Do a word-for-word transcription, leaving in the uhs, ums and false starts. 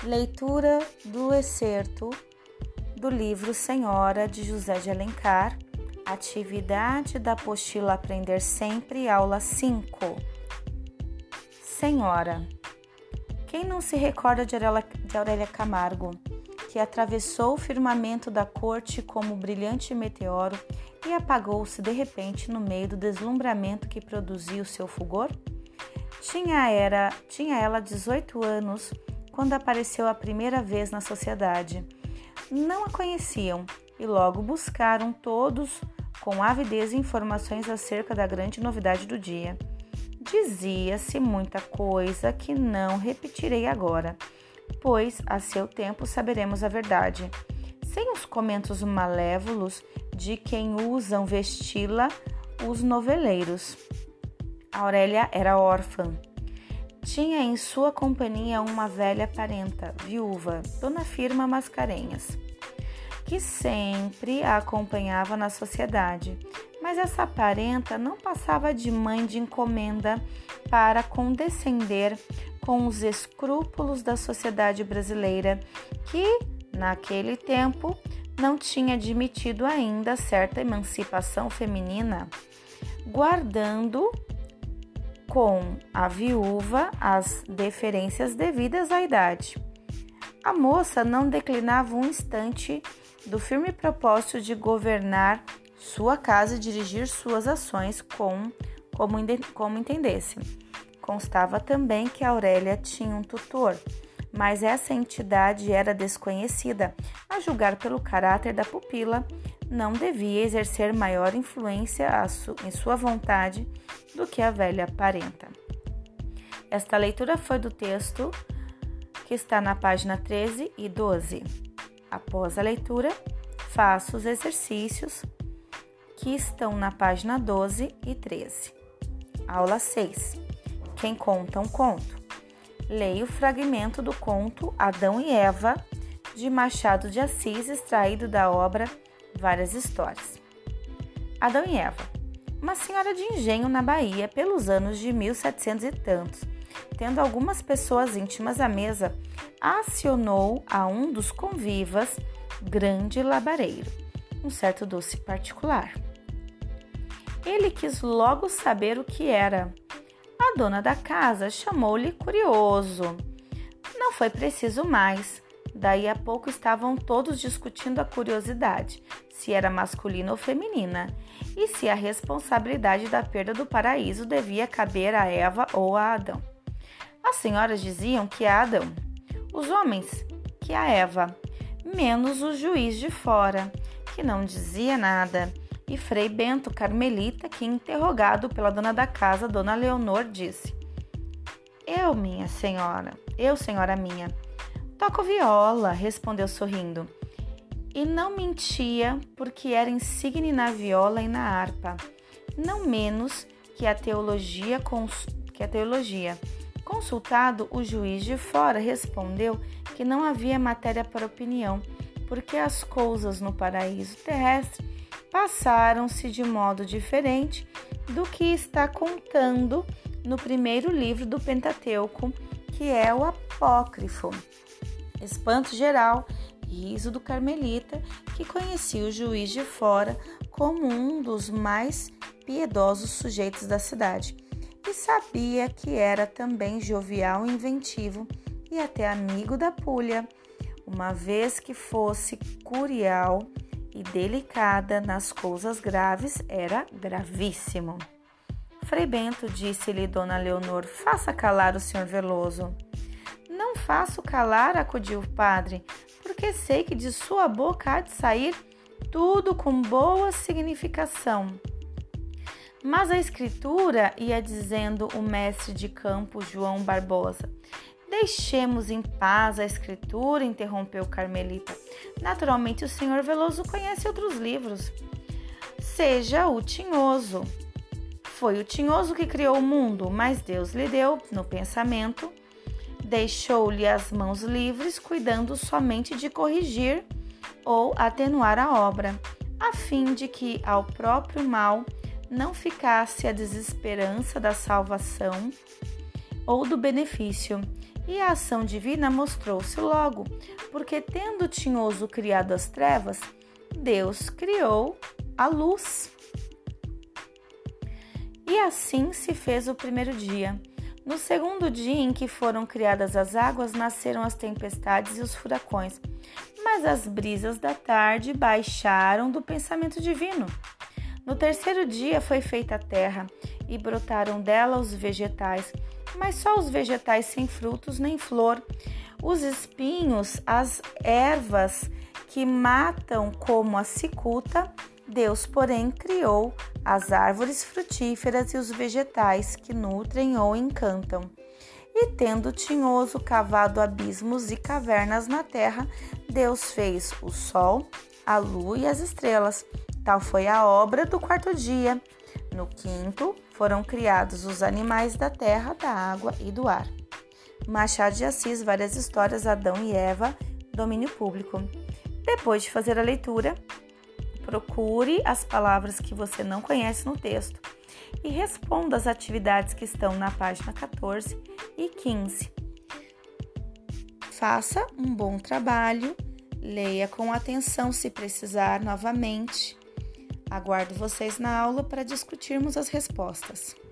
Leitura do excerto do livro Senhora, de José de Alencar, atividade da apostila Aprender Sempre, aula cinco. Senhora. Quem não se recorda de Aurélia Camargo, que atravessou o firmamento da corte como brilhante meteoro e apagou-se de repente no meio do deslumbramento que produzia o seu fulgor? Tinha, era, tinha ela dezoito anos quando apareceu a primeira vez na sociedade. Não a conheciam e logo buscaram todos com avidez informações acerca da grande novidade do dia. Dizia-se muita coisa que não repetirei agora, pois a seu tempo saberemos a verdade, sem os comentos malévolos de quem usam vesti-la os noveleiros. Aurélia era órfã. Tinha em sua companhia uma velha parenta, viúva, Dona Firma Mascarenhas, que sempre a acompanhava na sociedade, mas essa parenta não passava de mãe de encomenda para condescender com os escrúpulos da sociedade brasileira, que, naquele tempo, não tinha admitido ainda certa emancipação feminina, guardando com a viúva as deferências devidas à idade. A moça não declinava um instante do firme propósito de governar sua casa e dirigir suas ações com, como, como entendesse. Constava também que Aurélia tinha um tutor, mas essa entidade era desconhecida, a julgar pelo caráter da pupila, não devia exercer maior influência em sua vontade do que a velha parenta. Esta leitura foi do texto que está na página treze e doze. Após a leitura, faça os exercícios que estão na página doze e treze. Aula seis. Quem conta um conto? Leia o fragmento do conto Adão e Eva, de Machado de Assis, extraído da obra Várias Histórias. Adão e Eva. Uma senhora de engenho na Bahia, pelos anos de mil e setecentos e tantos, tendo algumas pessoas íntimas à mesa, acionou a um dos convivas, grande labareiro, um certo doce particular. Ele quis logo saber o que era. A dona da casa chamou-lhe curioso. Não foi preciso mais. Daí a pouco estavam todos discutindo a curiosidade, se era masculina ou feminina, e se a responsabilidade da perda do paraíso devia caber a Eva ou a Adão. As senhoras diziam que a Adão, os homens que a Eva, menos o juiz de fora, que não dizia nada, e Frei Bento Carmelita, que, interrogado pela dona da casa, Dona Leonor, disse: Eu, minha senhora, eu, senhora minha, toco viola, respondeu sorrindo, e não mentia porque era insigne na viola e na harpa, não menos que a teologia. Cons... que a teologia. Consultado, o juiz de fora respondeu que não havia matéria para opinião, porque as coisas no paraíso terrestre passaram-se de modo diferente do que está contando no primeiro livro do Pentateuco, que é o Apócrifo. Espanto geral e riso do Carmelita, que conhecia o juiz de fora como um dos mais piedosos sujeitos da cidade, e sabia que era também jovial e inventivo e até amigo da Pulha, uma vez que fosse curial e delicada nas coisas graves, era gravíssimo. Frei Bento, disse-lhe Dona Leonor, faça calar o senhor Veloso. Não faço calar, acudiu o padre, porque sei que de sua boca há de sair tudo com boa significação. Mas a escritura, ia dizendo o mestre de campo João Barbosa. Deixemos em paz a escritura, interrompeu Carmelita. Naturalmente o senhor Veloso conhece outros livros. Seja o Tinhoso. Foi o Tinhoso que criou o mundo, mas Deus lhe deu, no pensamento, deixou-lhe as mãos livres, cuidando somente de corrigir ou atenuar a obra, a fim de que ao próprio mal não ficasse a desesperança da salvação ou do benefício, E a ação divina mostrou-se logo, porque tendo Tinhoso criado as trevas, Deus criou a luz. E assim se fez o primeiro dia. No segundo dia em que foram criadas as águas, nasceram as tempestades e os furacões. Mas as brisas da tarde baixaram do pensamento divino. No terceiro dia foi feita a terra, e brotaram dela os vegetais, mas só os vegetais sem frutos nem flor. Os espinhos, as ervas que matam como a cicuta, Deus, porém, criou as árvores frutíferas e os vegetais que nutrem ou encantam. E tendo Tinhoso cavado abismos e cavernas na terra, Deus fez o sol, a lua e as estrelas. Tal foi a obra do quarto dia. No quinto, foram criados os animais da terra, da água e do ar. Machado de Assis, Várias Histórias, Adão e Eva, domínio público. Depois de fazer a leitura, procure as palavras que você não conhece no texto e responda as atividades que estão na página quatorze e quinze. Faça um bom trabalho, leia com atenção se precisar novamente. Aguardo vocês na aula para discutirmos as respostas.